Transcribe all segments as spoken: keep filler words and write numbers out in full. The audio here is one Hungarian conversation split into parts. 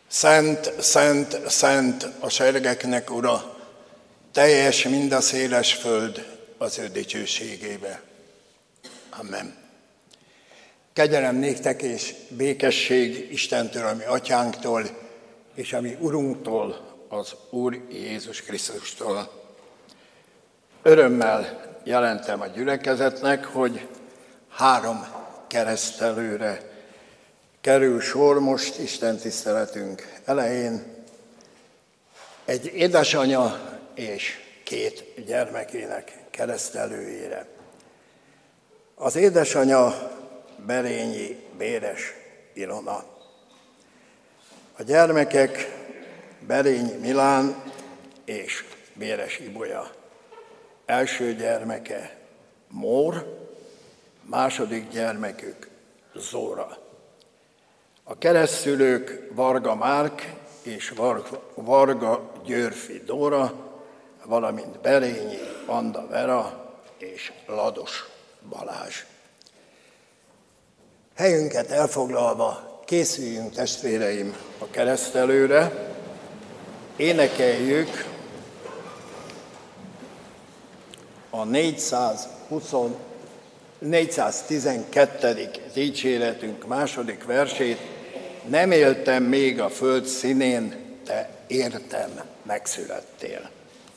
Szent, szent, szent a seregeknek Ura, teljes mind a széles föld az ő dicsőségébe. Amen. Kegyelem néktek és békesség Istentől, a mi atyánktól, és a mi Urunktól, az Úr Jézus Krisztustól. Örömmel jelentem a gyülekezetnek, hogy három keresztelőre kerül sor most Isten tiszteletünk elején. Egy édesanya és két gyermekének keresztelőjére. Az édesanya Berényi Béres Ilona. A gyermekek Berényi Milán és Béres Ibolya. Első gyermeke Mór, második gyermekük Zóra. A keresztszülők Varga Márk és Varga Györfi Dóra, valamint Berényi Anda Vera és Lados Balázs. Helyünket elfoglalva készüljünk, testvéreim, a keresztelőre, énekeljük a négyszáztizenkettedik dicséretünk második versét. Nem éltem még a föld színén, te értem megszülettél.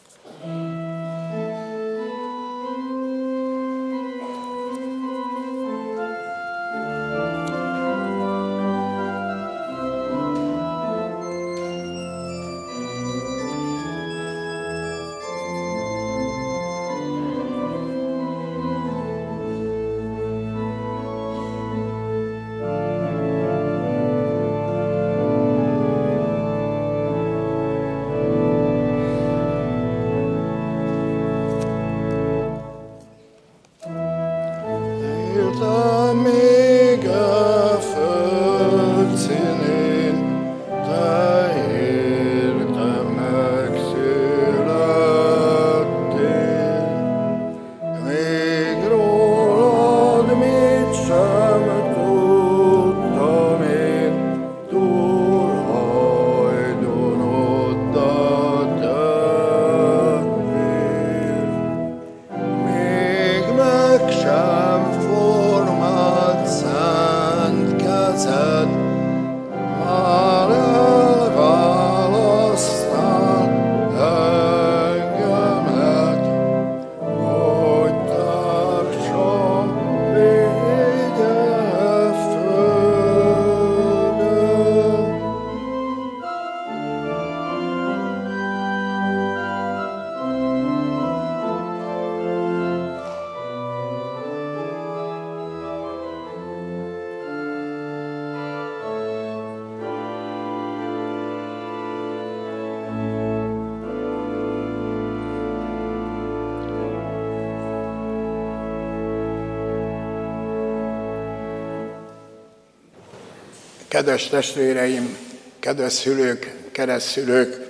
Kedves testvéreim, kedves szülők, keresztszülők,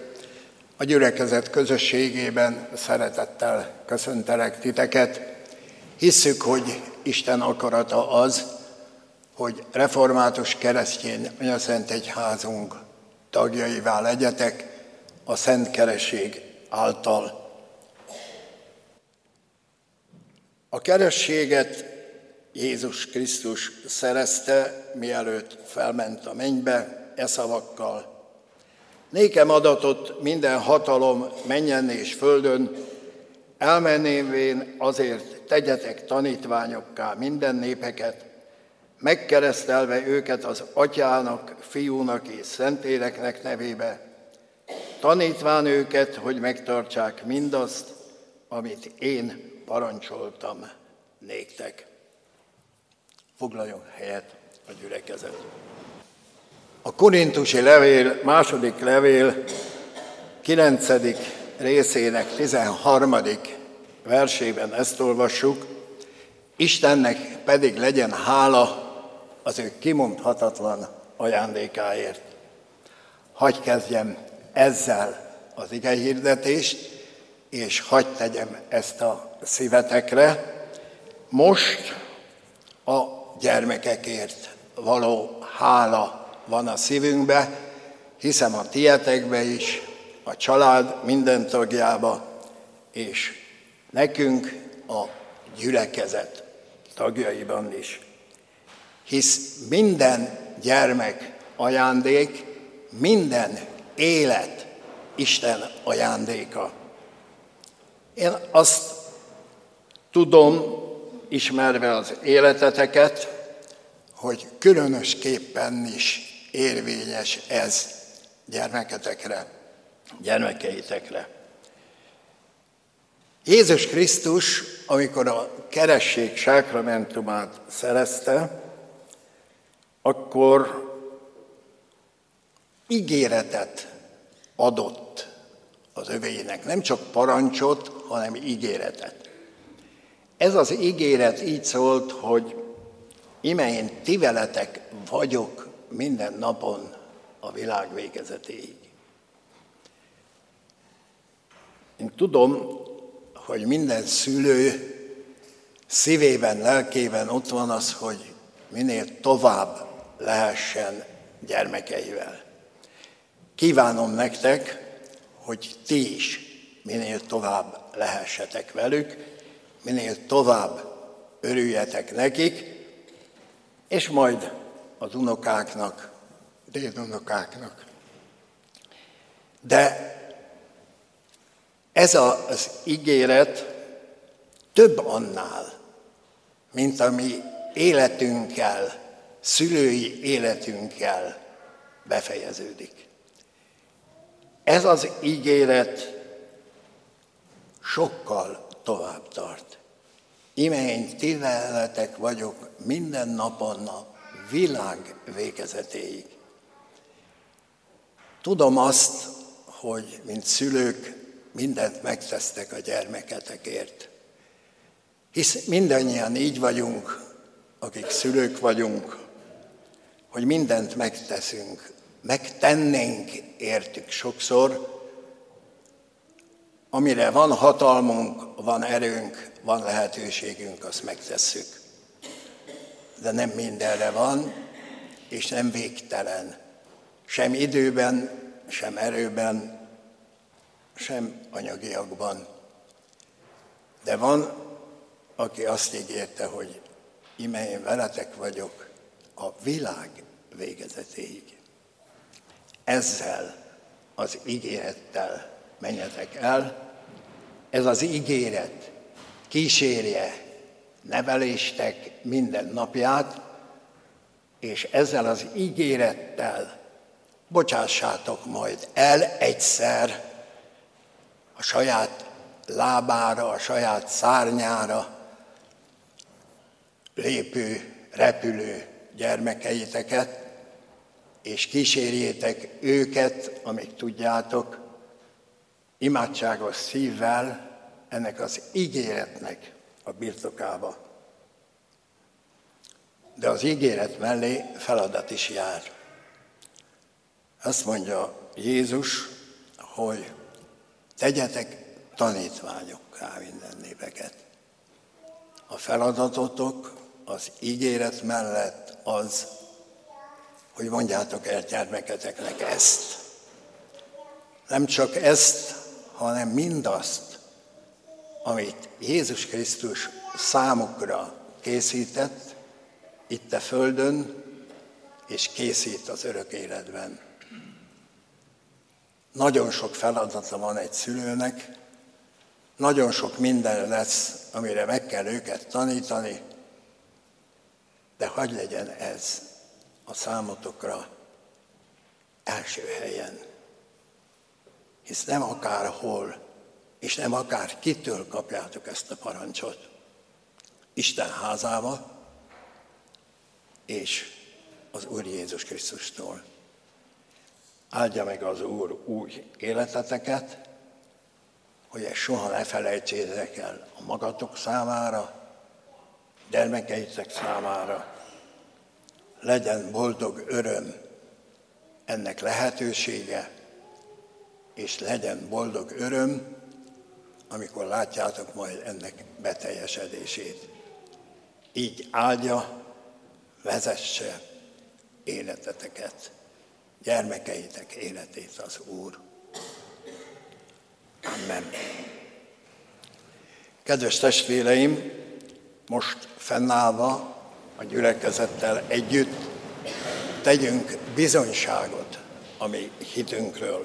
a gyülekezet közösségében szeretettel köszöntelek titeket. Hisszük, hogy Isten akarata az, hogy református keresztény anyaszent egyházunk tagjaivá legyetek a szent keresztség által. A kerességet Jézus Krisztus szerezte, mielőtt felment a mennybe, e szavakkal. Nékem adatott minden hatalom mennyen és földön, elmennévén azért tegyetek tanítványokká minden népeket, megkeresztelve őket az Atyának, Fiúnak és Szentléleknek nevébe, tanítván őket, hogy megtartsák mindazt, amit én parancsoltam néktek. Foglaljon helyet a gyülekezet. A korintusi levél, második levél, kilencedik részének tizenharmadik versében ezt olvassuk: Istennek pedig legyen hála az ő kimondhatatlan ajándékáért. Hagy kezdjem ezzel az igehirdetést, és hagy tegyem ezt a szívetekre. Most a gyermekekért való hála van a szívünkbe, hiszem a tietekbe is, a család minden tagjába, és nekünk a gyülekezet tagjaiban is. Hisz minden gyermek ajándék, minden élet Isten ajándéka. Én azt tudom, ismerve az életeteket, hogy különösképpen is érvényes ez gyermeketekre, gyermekeitekre. Jézus Krisztus, amikor a keresztség sákramentumát szerezte, akkor ígéretet adott az övéinek. Nem csak parancsot, hanem ígéretet. Ez az ígéret így szólt, hogy ime én ti veletek vagyok minden napon a világ végezetéig. Én tudom, hogy minden szülő szívében, lelkében ott van az, hogy minél tovább lehessen gyermekeivel. Kívánom nektek, hogy ti is minél tovább lehessetek velük, minél tovább örüljetek nekik, és majd az unokáknak, dédunokáknak. De ez az ígéret több annál, mint ami életünkkel, szülői életünkkel befejeződik. Ez az ígéret sokkal tovább tart. Ime én ti veletek vagyok minden napon a világ végezetéig. Tudom azt, hogy mint szülők mindent megtesztek a gyermeketekért. Hisz mindannyian így vagyunk, akik szülők vagyunk, hogy mindent megteszünk, megtennénk értük sokszor, amire van hatalmunk, van erőnk, van lehetőségünk, azt megtesszük. De nem mindenre van, és nem végtelen. Sem időben, sem erőben, sem anyagiakban. De van, aki azt ígérte, hogy ime én veletek vagyok a világ végezetéig. Ezzel az ígérettel menjetek el, ez az ígéret kísérje neveléstek minden napját, és ezzel az ígérettel bocsássátok majd el egyszer a saját lábára, a saját szárnyára lépő, repülő gyermekeiteket, és kísérjétek őket, amíg tudjátok, imádságos szívvel ennek az ígéretnek a birtokába. De az ígéret mellé feladat is jár. Azt mondja Jézus, hogy tegyetek tanítványokká minden népeket. A feladatotok az ígéret mellett az, hogy mondjátok el gyermeketeknek ezt. Nem csak ezt, hanem mindazt, amit Jézus Krisztus számukra készített itt a földön, és készít az örök életben. Nagyon sok feladata van egy szülőnek, nagyon sok minden lesz, amire meg kell őket tanítani, de hadd legyen ez a számotokra első helyen. Hisz nem akárhol, és nem akár kitől kapjátok ezt a parancsot. Isten házába és az Úr Jézus Krisztustól. Áldja meg az Úr új életeteket, hogy ezt soha ne felejtsétek el a magatok számára, gyermekeitek számára. Legyen boldog öröm ennek lehetősége, és legyen boldog öröm, amikor látjátok majd ennek beteljesedését. Így áldja, vezesse életeteket. gyermekeitek életét az Úr. Amen. Kedves testvéreim, most fennállva a gyülekezettel együtt tegyünk bizonyságot a mi hitünkről.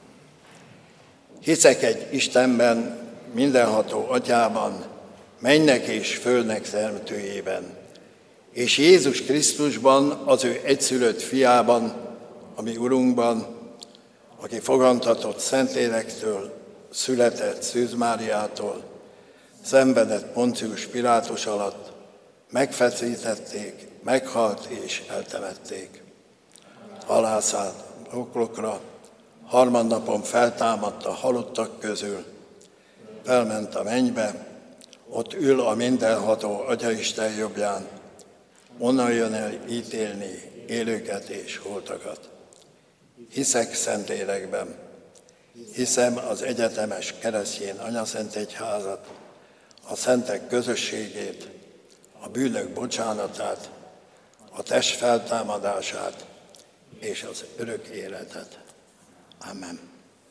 Hiszek egy Istenben, mindenható Atyában, mennek és földnek teremtőjében, és Jézus Krisztusban, az ő egyszülött fiában, a mi Urunkban, aki fogantatott Szentlélektől, született Szűz Máriától, szenvedett Poncius Pilátus alatt, megfeszítették, meghalt és eltemették. Halál szállt poklokra, harmadnapon feltámadt a halottak közül, felment a mennybe, ott ül a mindenható Atyaisten jobbján, onnan jön el ítélni élőket és holtakat. Hiszek Szentlélekben, hiszem az egyetemes keresztény anyaszentegyházat, a szentek közösségét, a bűnök bocsánatát, a test feltámadását és az örök életet. Amen.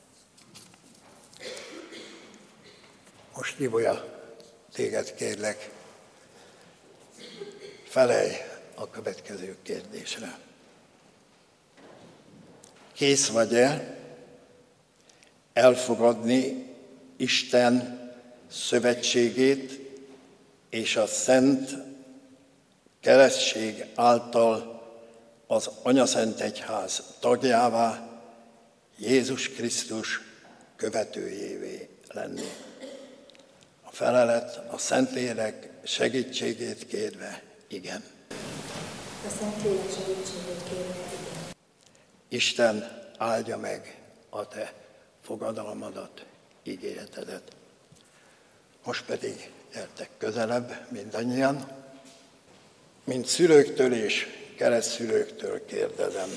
Most Ibolya, téged kérlek, felelj a következő kérdésre. Kész vagy-e elfogadni Isten szövetségét és a szent keresztség által az Anyaszentegyház tagjává, Jézus Krisztus követőjévé lenni? A felelet a Szentlélek segítségét kérve, igen. A Szentlélek segítségét kérve, igen. Isten áldja meg a te fogadalmadat, ígéretedet. Most pedig gyertek közelebb mindannyian, mint szülőktől és keresztszülőktől kérdezem.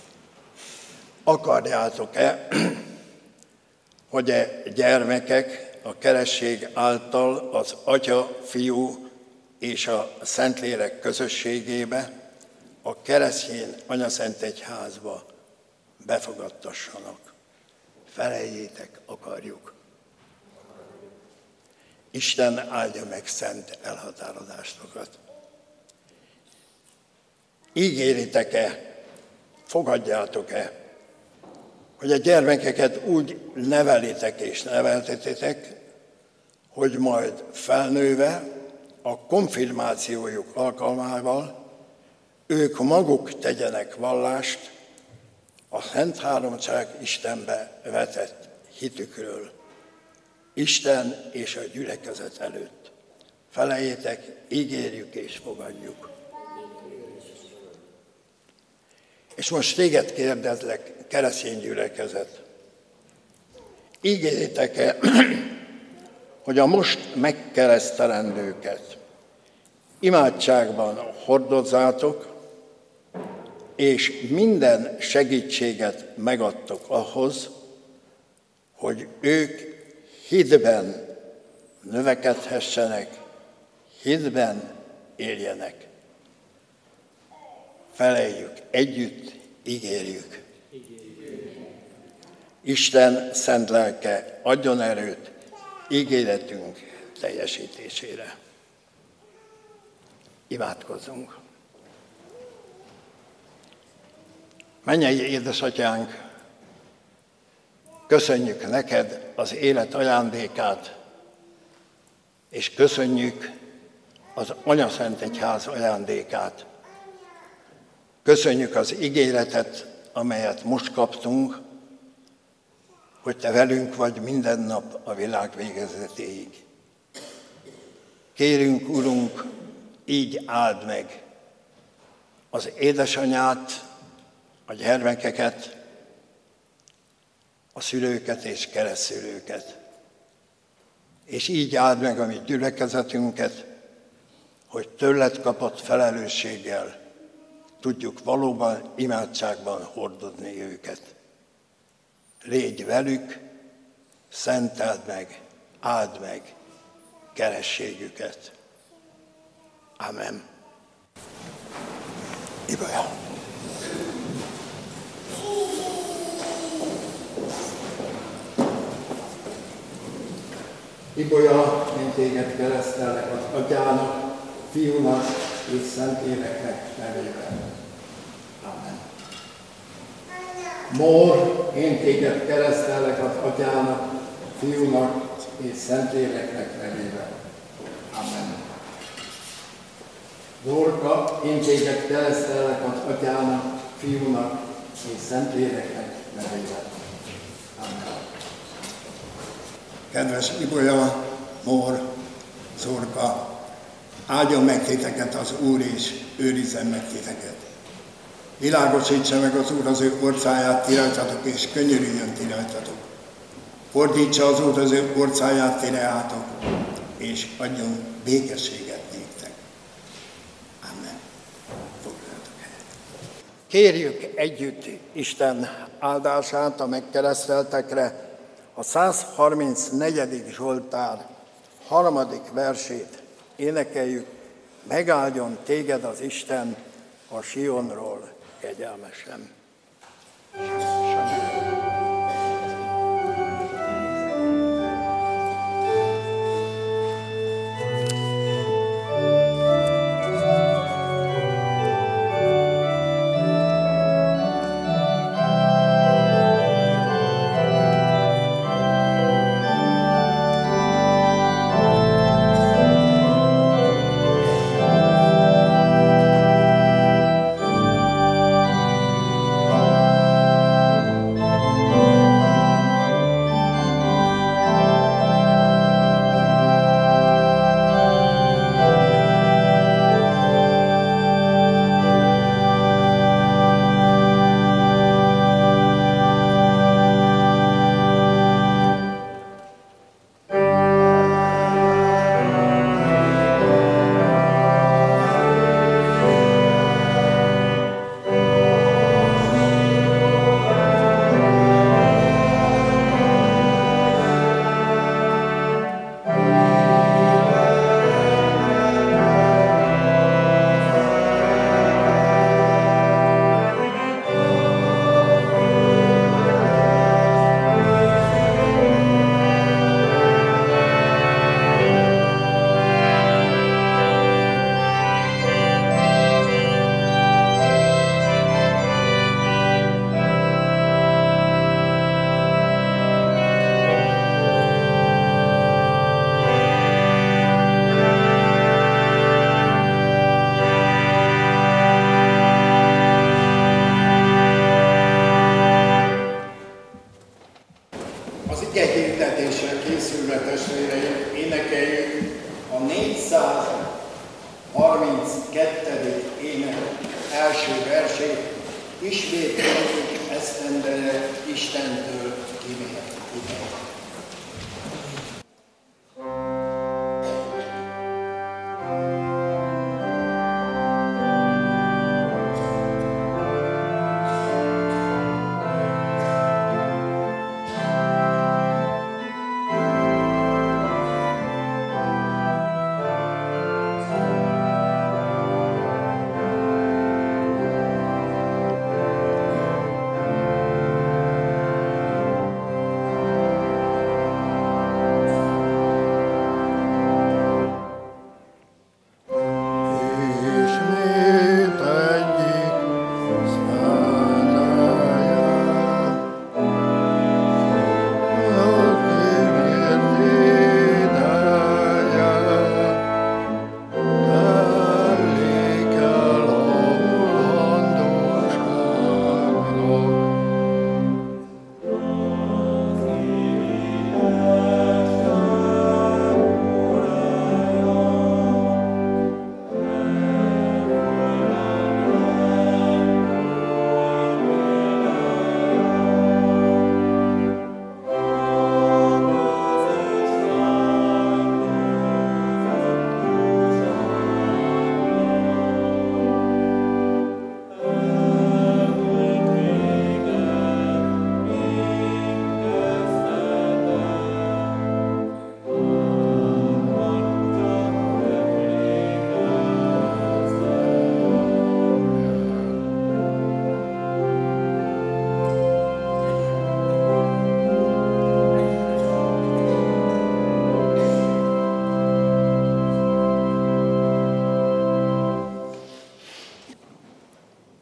Akarjátok-e, hogy a gyermekek a keresztség által az Atya, Fiú és a Szentlélek közösségébe, a keresztény anyaszentegyházba befogadtassanak? Feleljétek, akarjuk. Isten áldja meg szent elhatározástokat. Ígéritek-e, fogadjátok-e, hogy a gyermekeket úgy nevelitek és neveltetitek, hogy majd felnőve a konfirmációjuk alkalmával ők maguk tegyenek vallást a Szent Háromság Istenbe vetett hitükről, Isten és a gyülekezet előtt. Feleljétek, ígérjük és fogadjuk. És most téged kérdezlek, keresztény gyülekezet. Ígéritek-e, hogy a most megkeresztelendőket imádságban hordozzátok, és minden segítséget megadtok ahhoz, hogy ők hitben növekedhessenek, hitben éljenek. Feleljük együtt, ígérjük. Isten szent lelke adjon erőt ígéretünk teljesítésére. Imádkozzunk. Mennyei édesatyánk, köszönjük neked az élet ajándékát, és köszönjük az Anyaszentegyház ajándékát. Köszönjük az ígéretet, amelyet most kaptunk, hogy te velünk vagy minden nap a világ végezetéig. Kérünk, Urunk, így áld meg az édesanyát, a gyermekeket, a szülőket és keresztszülőket. És így áld meg a mi gyülekezetünket, hogy tőled kapott felelősséggel tudjuk valóban imádságban hordozni őket. Légy velük, szenteld meg, áld meg kerességüket. Amen. Ibolya. Ibolya, én téged keresztellek az Atyának, Fiúnak és Szentléleknek nevében. Amen. Mór, én téged keresztellek az Atyának, Fiúnak és Szentléleknek nevében. Amen. Dorka, én téged keresztellek az Atyának, Fiúnak és Szentléleknek nevében. Amen. Kedves Ibolya, Mór, Zorka, áldjon meg titeket az Úr, és őrizzen meg titeket. Világosítsa meg az Úr az ő orcáját ti rajtatok, és könyörüljön ti rajtatok. Fordítsa az Úr az ő orcáját ti reátok, és adjon békességet néktek. Amen. Foglaljatok helyet. Kérjük együtt Isten áldását a megkereszteltekre, a száz harmincnegyedik Zsoltár harmadik versét énekeljük: megáldjon téged az Isten a Sionról kegyelmesen.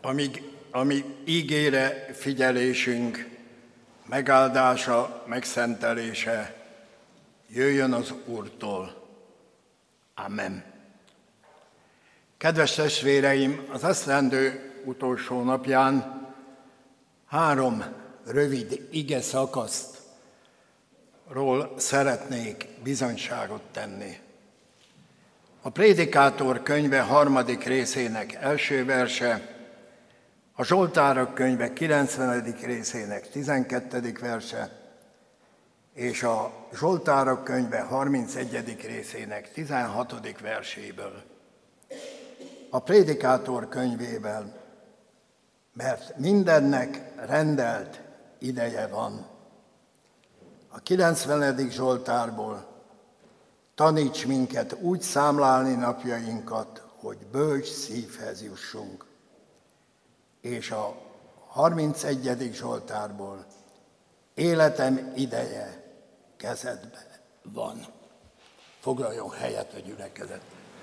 amíg, ami ígére figyelésünk, megáldása, megszentelése jöjjön az Úrtól. Amen. Kedves testvéreim, az esztendő utolsó napján három rövid ige szakaszról szeretnék bizonyságot tenni. A Prédikátor könyve harmadik részének első verse, a Zsoltárok könyve kilencvenedik részének tizenkettedik verse, és a Zsoltárok könyve harmincegyedik részének tizenhatodik verséből. A Prédikátor könyvében, mert mindennek rendelt ideje van. A kilencvenedik Zsoltárból, taníts minket úgy számlálni napjainkat, hogy bölcs szívhez jussunk. És a harmincegyedik Zsoltárból, életem ideje kezedben van. Foglaljon helyet a gyülekezet.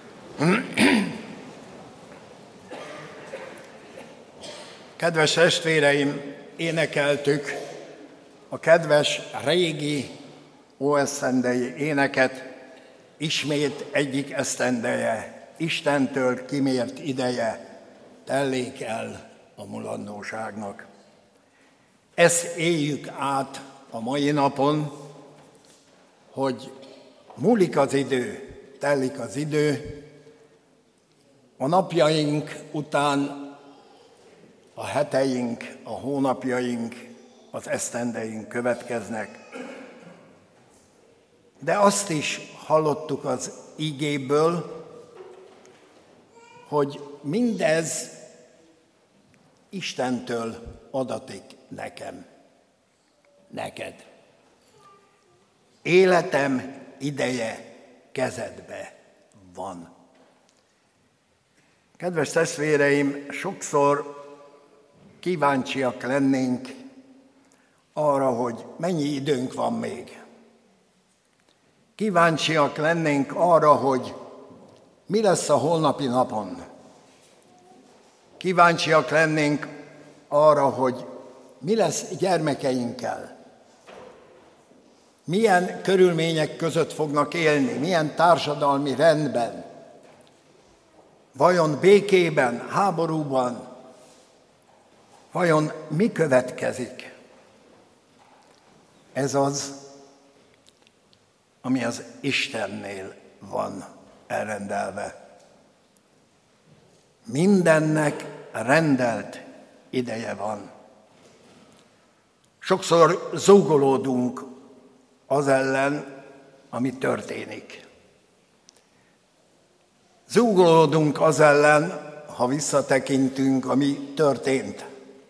Kedves testvéreim, énekeltük a kedves régi óesztendei éneket, ismét egyik esztendeje, Istentől kimért ideje tellék el a mulandóságnak. Ezt éljük át a mai napon, hogy múlik az idő, telik az idő, a napjaink után a heteink, a hónapjaink, az esztendeink következnek. De azt is hallottuk az igéből, hogy mindez Istentől adatik nekem, neked. Életem ideje kezedbe van. Kedves testvéreim, sokszor kíváncsiak lennénk arra, hogy mennyi időnk van még. Kíváncsiak lennénk arra, hogy mi lesz a holnapi napon. Kíváncsiak lennénk arra, hogy mi lesz gyermekeinkkel. Milyen körülmények között fognak élni, milyen társadalmi rendben. Vajon békében, háborúban, vajon mi következik? Ez az, ami az Istennél van elrendelve. Mindennek rendelt ideje van. Sokszor zúgolódunk az ellen, ami történik. Zúgolódunk az ellen, ha visszatekintünk, ami történt.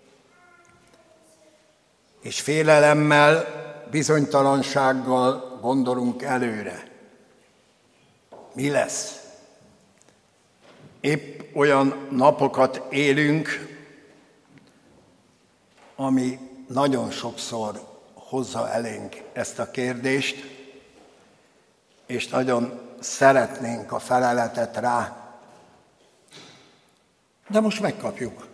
És félelemmel, bizonytalansággal gondolunk előre. Mi lesz? Épp olyan napokat élünk, ami nagyon sokszor hozza elénk ezt a kérdést, és nagyon szeretnénk a feleletet rá. De most megkapjuk.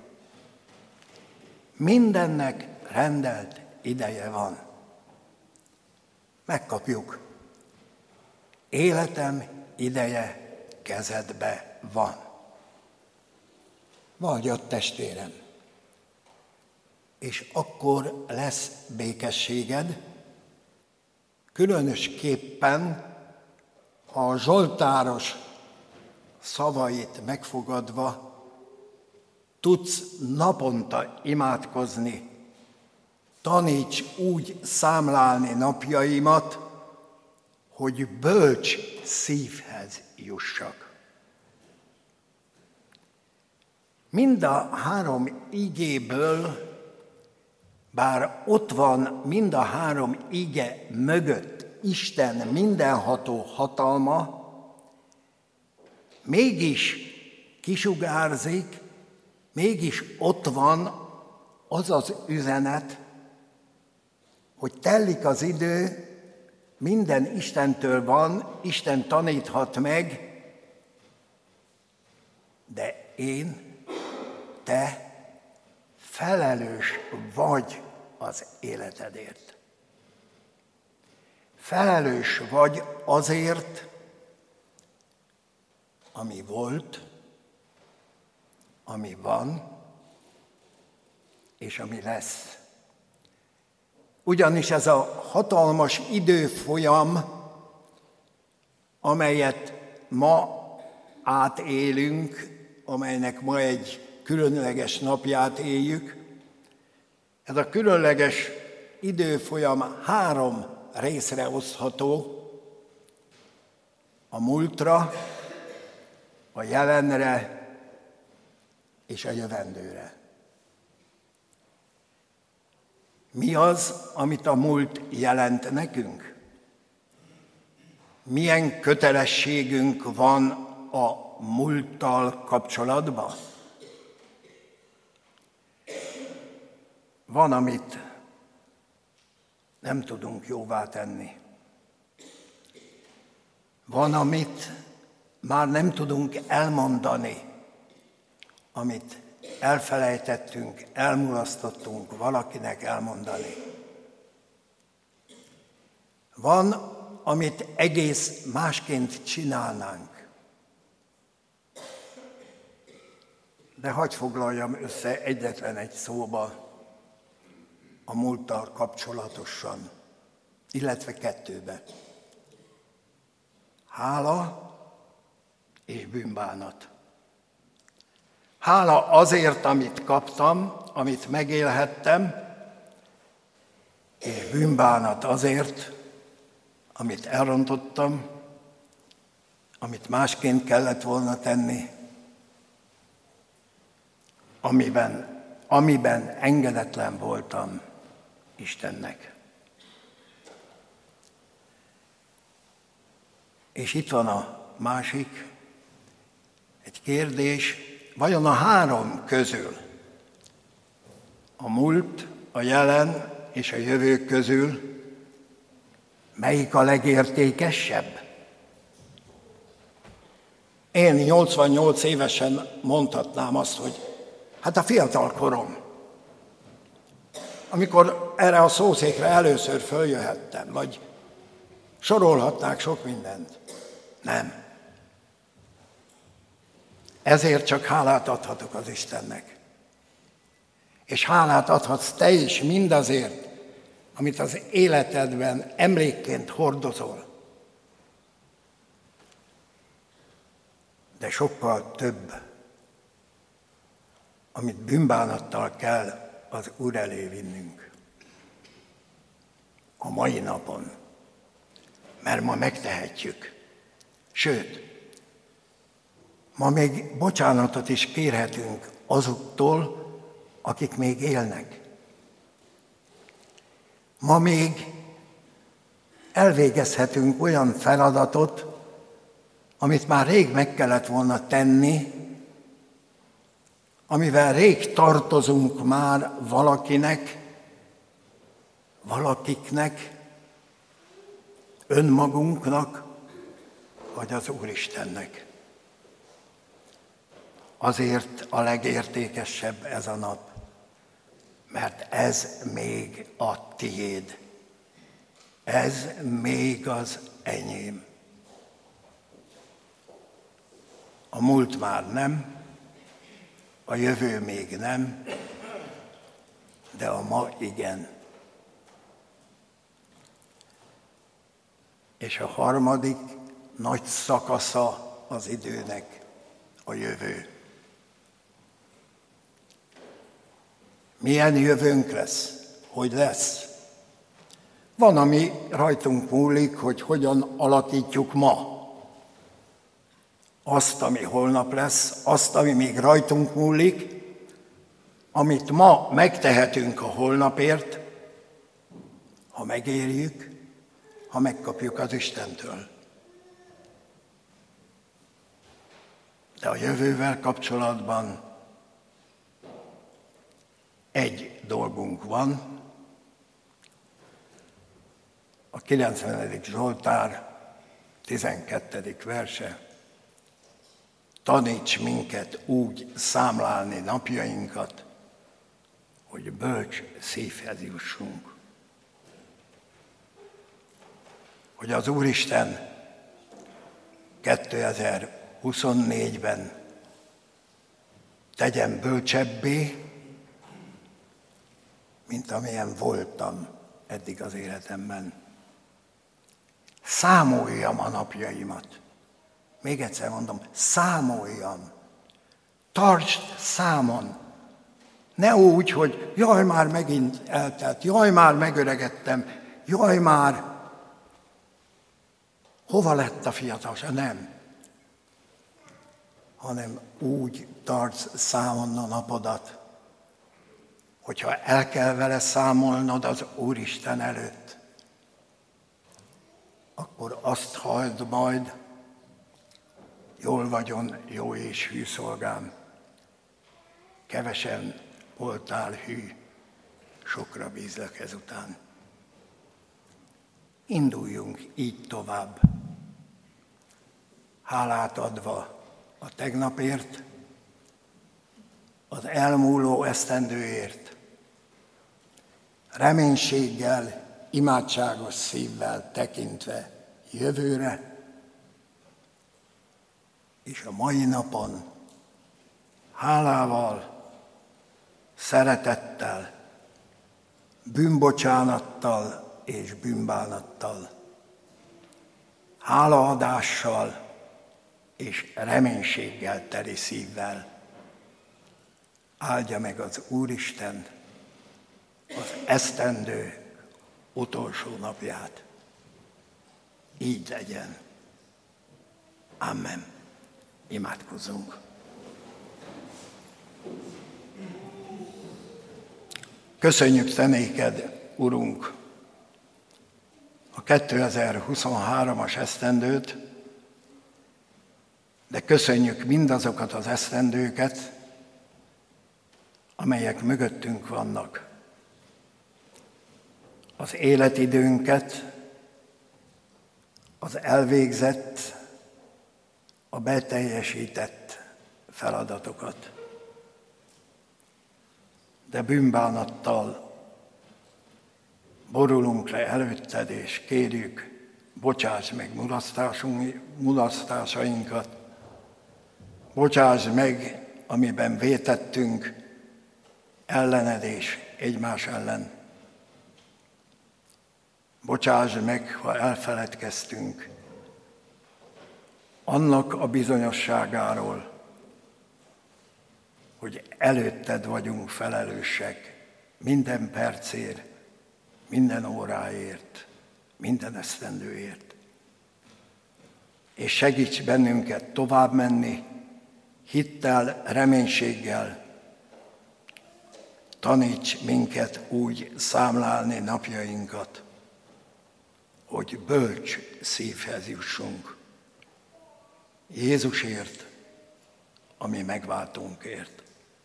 Mindennek rendelt ideje van. Megkapjuk. Életem ideje kezedbe van. Vagy ott testvérem. És akkor lesz békességed, különösképpen a zsoltáros szavait megfogadva tudsz naponta imádkozni. Taníts úgy számlálni napjaimat, hogy bölcs szívhez jussak. Mind a három igéből, bár ott van mind a három ige mögött Isten mindenható hatalma, mégis kisugárzik, mégis ott van az az üzenet, hogy telik az idő, minden Istentől van, Isten taníthat meg, de én, te felelős vagy az életedért. Felelős vagy azért, ami volt, ami van, és ami lesz. Ugyanis ez a hatalmas időfolyam, amelyet ma átélünk, amelynek ma egy különleges napját éljük, ez a különleges időfolyam három részre osztható: a múltra, a jelenre és a jövendőre. Mi az, amit a múlt jelent nekünk? Milyen kötelességünk van a múlttal kapcsolatban? Van, amit nem tudunk jóvá tenni. Van, amit már nem tudunk elmondani, amit elfelejtettünk, elmulasztottunk valakinek elmondani. Van, amit egész másként csinálnánk. De hadd foglaljam össze egyetlen egy szóba a múlttal kapcsolatosan, illetve kettőbe. Hála és bűnbánat. Hála azért, amit kaptam, amit megélhettem, és bűnbánat azért, amit elrontottam, amit másként kellett volna tenni, amiben, amiben engedetlen voltam Istennek. És itt van a másik, egy kérdés, vajon a három közül, a múlt, a jelen és a jövő közül melyik a legértékesebb? Én nyolcvannyolc évesen mondhatnám azt, hogy hát a fiatal korom, amikor erre a szószékre először följöhettem, vagy sorolhatnák sok mindent. Nem. Ezért csak hálát adhatok az Istennek. És hálát adhatsz te is mindazért, amit az életedben emlékként hordozol. De sokkal több, amit bűnbánattal kell az Úr elé vinnünk. A mai napon. Mert ma megtehetjük. Sőt, ma még bocsánatot is kérhetünk azoktól, akik még élnek. Ma még elvégezhetünk olyan feladatot, amit már rég meg kellett volna tenni, amivel rég tartozunk már valakinek, valakiknek, önmagunknak, vagy az Úristennek. Azért a legértékesebb ez a nap, mert ez még a tiéd. Ez még az enyém. A múlt már nem, a jövő még nem, de a ma igen. És a harmadik nagy szakasza az időnek a jövő. Milyen jövőnk lesz? Hogy lesz? Van, ami rajtunk múlik, hogy hogyan alakítjuk ma azt, ami holnap lesz, azt, ami még rajtunk múlik, amit ma megtehetünk a holnapért, ha megérjük, ha megkapjuk az Istentől. De a jövővel kapcsolatban egy dolgunk van, a kilencvenedik Zsoltár tizenkettedik verse. Taníts minket úgy számlálni napjainkat, hogy bölcs szívhez jussunk. Hogy az Úristen kétezer-huszonnégyben tegyen bölcsebbé, mint amilyen voltam eddig az életemben. Számoljam a napjaimat. Még egyszer mondom, számoljam. Tartsd számon. Ne úgy, hogy jaj, már megint eltelt, jaj, már megöregedtem, jaj, már hova lett a fiatalság? Nem. Hanem úgy tarts számon a napodat, hogyha el kell vele számolnod az Úristen előtt, akkor azt halld majd, jól vagyon, jó és hű szolgám. Kevesen voltál hű, sokra bízlak ezután. Induljunk így tovább, hálát adva a tegnapért, az elmúló esztendőért, reménységgel, imádságos szívvel tekintve jövőre, és a mai napon hálával, szeretettel, bűnbocsánattal és bűnbánattal, hálaadással és reménységgel teli szívvel áldja meg az Úristen az esztendő utolsó napját. Így legyen. Amen. Imádkozzunk. Köszönjük te néked, Urunk, a kétezer-huszonhármas esztendőt, de köszönjük mindazokat az esztendőket, amelyek mögöttünk vannak. Az életidőnket, az elvégzett, a beteljesített feladatokat. De bűnbánattal borulunk le előtted, és kérjük, bocsáss meg mulasztásainkat, bocsáss meg, amiben vétettünk ellened és egymás ellen. Bocsáss meg, ha elfeledkeztünk annak a bizonyosságáról, hogy előtted vagyunk felelősek minden percért, minden óráért, minden esztendőért. És segíts bennünket tovább menni, hittel, reménységgel, taníts minket úgy számlálni napjainkat, hogy bölcs szívhez jussunk. Jézusért, ami megváltunkért.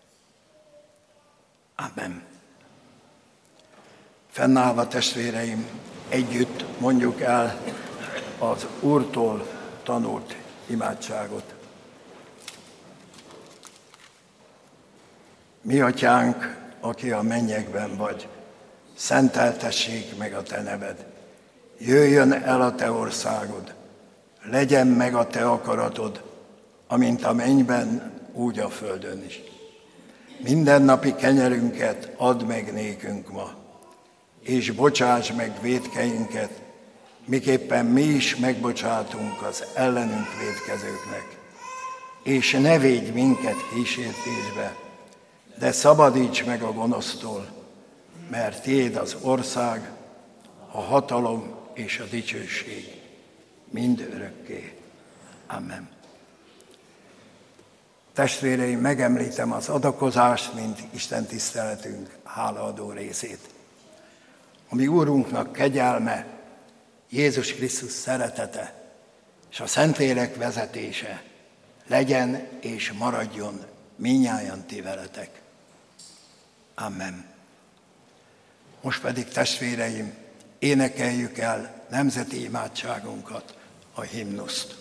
Amen. Fennállva, testvéreim, együtt mondjuk el az Úrtól tanult imádságot. Mi atyánk, aki a mennyekben vagy, szenteltessék meg a te neved. Jöjjön el a te országod, legyen meg a te akaratod, amint a mennyben, úgy a földön is. Mindennapi kenyerünket add meg nékünk ma, és bocsáss meg vétkeinket, miképpen mi is megbocsátunk az ellenünk vétkezőknek. És ne védj minket kísértésbe, de szabadíts meg a gonosztól, mert tiéd az ország, a hatalom és a dicsőség mind örökké. Amen. Testvéreim, megemlítem az adakozást, mint Isten tiszteletünk hálaadó részét. A mi Úrunknak kegyelme, Jézus Krisztus szeretete és a Szentlélek vezetése legyen és maradjon mindnyájan ti veletek. Amen. Most pedig, testvéreim, énekeljük el nemzeti imádságunkat, a himnuszt.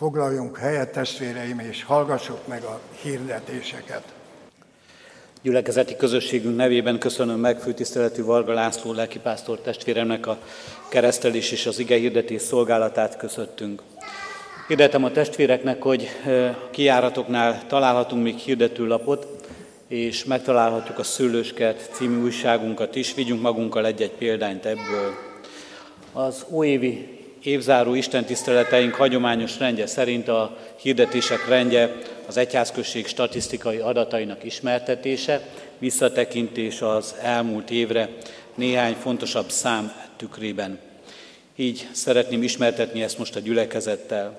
Foglaljunk helyet, testvéreim, és hallgassuk meg a hirdetéseket. Gyülekezeti közösségünk nevében köszönöm meg főtiszteletű Varga László lelkipásztor testvéremnek a keresztelés és az igehirdetés szolgálatát köszöntünk. Hirdetem a testvéreknek, hogy kijáratoknál találhatunk még hirdetőlapot, és megtalálhatjuk a Szőlőskert című újságunkat is, vigyünk magunkkal egy-egy példányt ebből. Az óévi évzáró istentiszteleteink hagyományos rendje szerint a hirdetések rendje az egyházközség statisztikai adatainak ismertetése, visszatekintés az elmúlt évre néhány fontosabb szám tükrében. Így szeretném ismertetni ezt most a gyülekezettel.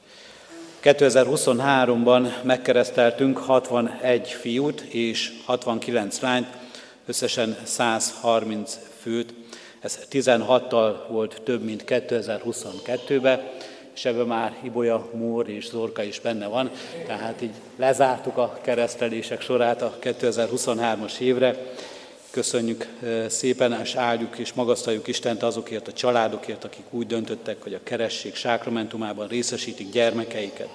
kétezer-huszonháromban megkereszteltünk hatvanegy fiút és hatvankilenc lányt, összesen száz harminc főt. Ez tizenhattal volt több, mint kétezer-huszonkettőben, és ebben már Ibolya, Mór és Zorka is benne van, tehát így lezártuk a keresztelések sorát a kétezer-huszonhármas évre. Köszönjük szépen, és áldjuk és magasztaljuk Istent azokért a családokért, akik úgy döntöttek, hogy a keresztség sákramentumában részesítik gyermekeiket.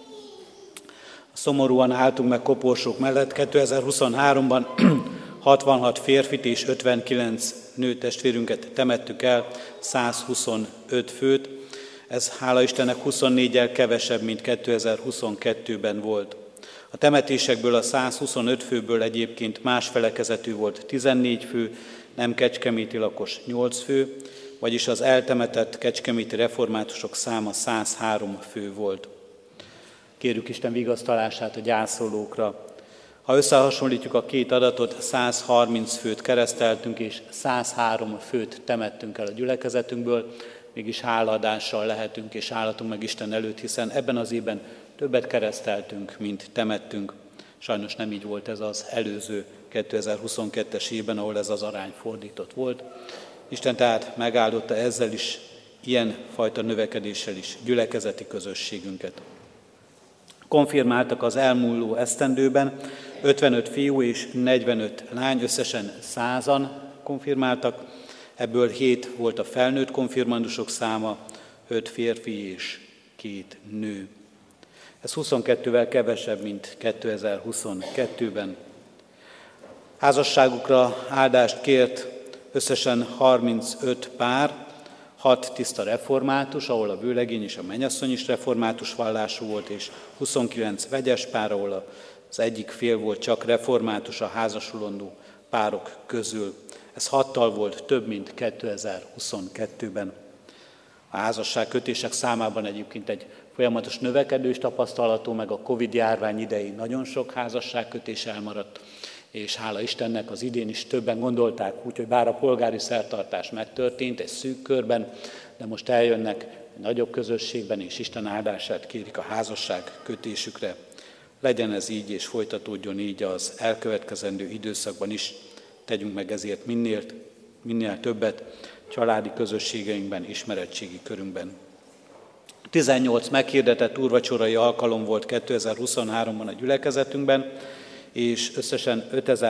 Szomorúan álltunk meg koporsók mellett. kétezer-huszonháromban hatvanhat férfit és ötvenkilenc nő testvérünket temettük el, száz huszonöt főt. Ez hála Istennek huszonnégyel kevesebb, mint kétezer-huszonkettőben volt. A temetésekből a száz huszonöt főből egyébként más felekezetű volt tizennégy fő, nem kecskeméti lakos nyolc fő, vagyis az eltemetett kecskeméti reformátusok száma száz három fő volt. Kérjük Isten vigasztalását a gyászolókra. Ha összehasonlítjuk a két adatot, száz harminc főt kereszteltünk, és száz három főt temettünk el a gyülekezetünkből, mégis hálaadással lehetünk és állatunk meg Isten előtt, hiszen ebben az évben többet kereszteltünk, mint temettünk. Sajnos nem így volt ez az előző kétezer-huszonkettes évben, ahol ez az arány fordított volt. Isten tehát megáldotta ezzel is, ilyen fajta növekedéssel is gyülekezeti közösségünket. Konfirmáltak az elmúló esztendőben ötvenöt fiú és negyvenöt lány, összesen százan konfirmáltak, ebből hét volt a felnőtt konfirmandusok száma, öt férfi és két nő. Ez huszonkettővel kevesebb, mint kétezer-huszonkettőben. Házasságukra áldást kért összesen harmincöt pár, hat tiszta református, ahol a vőlegény és a mennyasszony is református vallású volt, és huszonkilenc vegyes pár, ahol az egyik fél volt csak református a házasulandó párok közül. Ez hattal volt több, mint kétezer-huszonkettőben. A házasságkötések számában egyébként egy folyamatos növekedés tapasztalható, meg a Covid-járvány idején nagyon sok házasságkötés elmaradt, és hála Istennek az idén is többen gondolták úgy, hogy bár a polgári szertartás megtörtént egy szűk körben, de most eljönnek egy nagyobb közösségben, és Isten áldását kérik a házasság kötésükre. Legyen ez így, és folytatódjon így az elkövetkezendő időszakban is. Tegyünk meg ezért minél, minél többet családi közösségeinkben, ismeretségi körünkben. tizennyolc meghirdetett úrvacsorai alkalom volt kétezer-huszonháromban a gyülekezetünkben, és összesen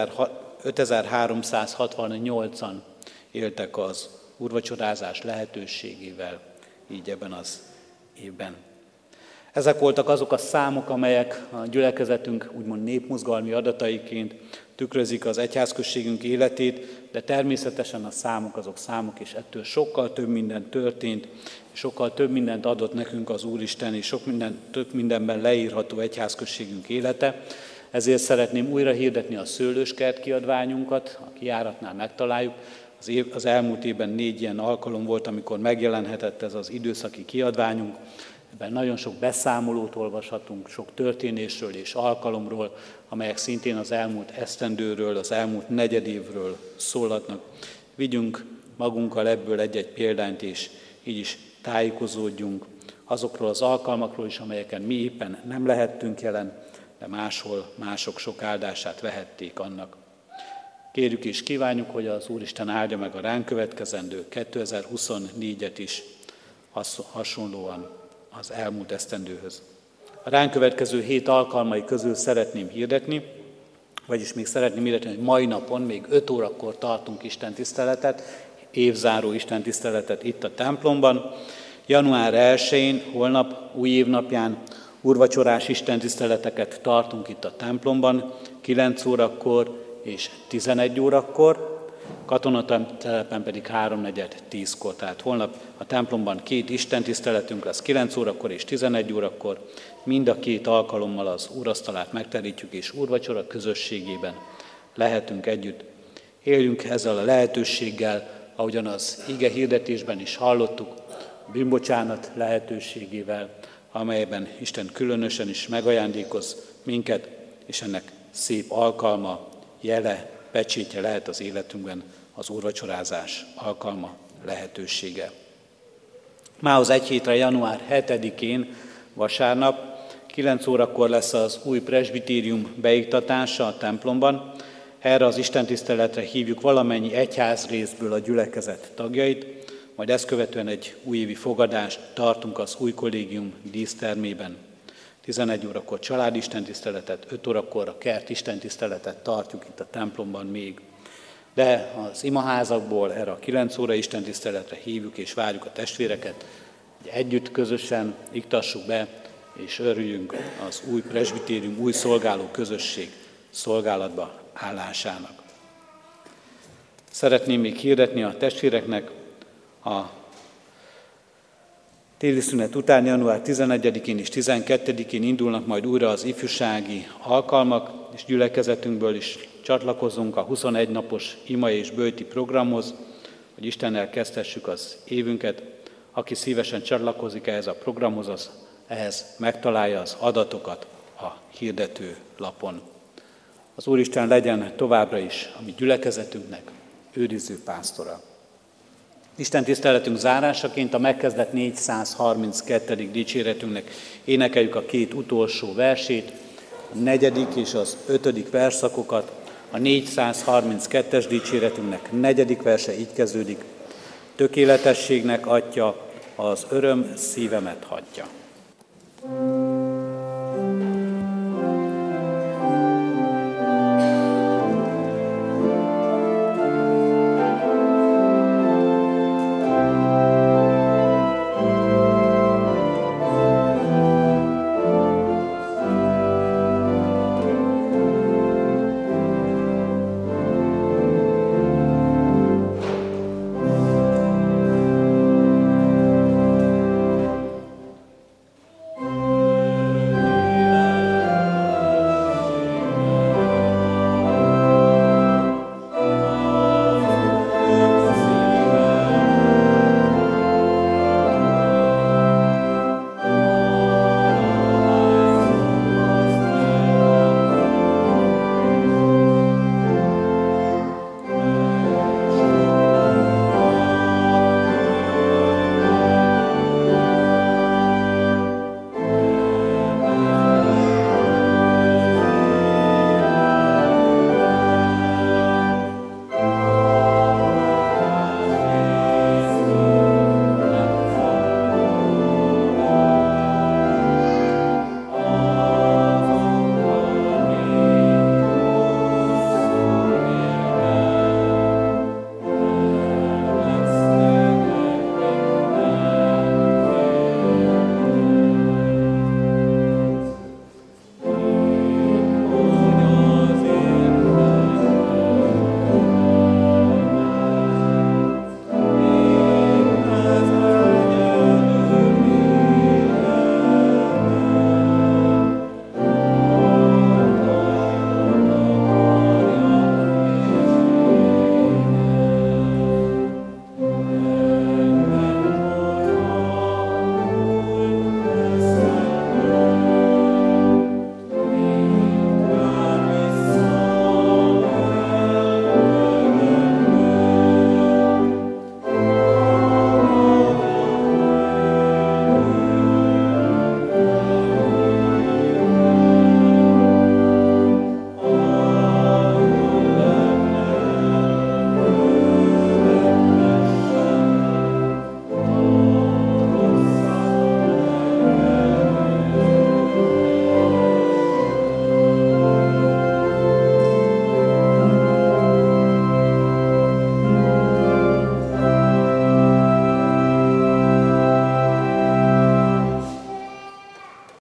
ötezer-háromszázhatvannyolcan éltek az úrvacsorázás lehetőségével, így ebben az évben. Ezek voltak azok a számok, amelyek a gyülekezetünk úgymond népmozgalmi adataiként tükrözik az egyházközségünk életét, de természetesen a számok azok számok, és ettől sokkal több minden történt, és sokkal több mindent adott nekünk az Úristen, és sok minden, több mindenben leírható egyházközségünk élete. Ezért szeretném újra hirdetni a Szőlőskert kiadványunkat, a kijáratnál megtaláljuk. Az, év, az elmúlt évben négy ilyen alkalom volt, amikor megjelenhetett ez az időszaki kiadványunk. Ebben nagyon sok beszámolót olvashatunk, sok történésről és alkalomról, amelyek szintén az elmúlt esztendőről, az elmúlt negyedévről szólhatnak. Vigyünk magunkkal ebből egy-egy példányt, és így is tájékozódjunk azokról az alkalmakról is, amelyeken mi éppen nem lehettünk jelen, de máshol mások sok áldását vehették annak. Kérjük és kívánjuk, hogy az Úristen áldja meg a ránk következendő kétezer-huszonnégyet is hasonlóan az elmúlt esztendőhöz. A ránk következő hét alkalmai közül szeretném hirdetni, vagyis még szeretném hirdetni, hogy mai napon még öt órakor tartunk istentiszteletet, évzáró istentiszteletet itt a templomban, január elsején, holnap, új évnapján úrvacsorás istentiszteleteket tartunk itt a templomban, kilenc órakor és tizenegy órakor, katonatelepen pedig háromnegyed tízkor. Tehát holnap a templomban két istentiszteletünk lesz, kilenc órakor és tizenegy órakor. Mind a két alkalommal az úrasztalát megterítjük, és úrvacsora közösségében lehetünk együtt. Éljünk ezzel a lehetőséggel, ahogyan az ige hirdetésben is hallottuk, bűnbocsánat lehetőségével, amelyben Isten különösen is megajándékoz minket, és ennek szép alkalma, jele, pecsétje lehet az életünkben az úrvacsorázás alkalma, lehetősége. Mához egy hétre, január hetedikén, vasárnap, kilenc órakor lesz az új presbitérium beiktatása a templomban. Erre az istentiszteletre hívjuk valamennyi egyházrészből a gyülekezet tagjait, majd ezt követően egy újévi fogadást tartunk az új kollégium dísztermében. tizenegy órakor család istentiszteletet, öt órakor a kert istentiszteletet tartjuk itt a templomban még. De az imaházakból erre a kilenc óra istentiszteletre hívjuk és várjuk a testvéreket, hogy együtt közösen iktassuk be és örüljünk az új presbitérium, új szolgáló közösség szolgálatba állásának. Szeretném még hirdetni a testvéreknek, a téli szünet után január tizenegyedikén és tizenkettedikén indulnak majd újra az ifjúsági alkalmak, és gyülekezetünkből is csatlakozunk a huszonegy napos ima és böjti programhoz, hogy Istennel kezdhessük az évünket. Aki szívesen csatlakozik ehhez a programhoz, az ehhez megtalálja az adatokat a hirdető lapon. Az Úristen legyen továbbra is a mi gyülekezetünknek őriző pásztora. Isten tiszteletünk zárásaként a megkezdett négyszázharminckettedik dicséretünknek énekeljük a két utolsó versét, a negyedik és az ötödik verszakokat. A négyszázharminckettes dicséretünknek negyedik verse így kezdődik: tökéletességnek Atya, az öröm szívemet hagyja.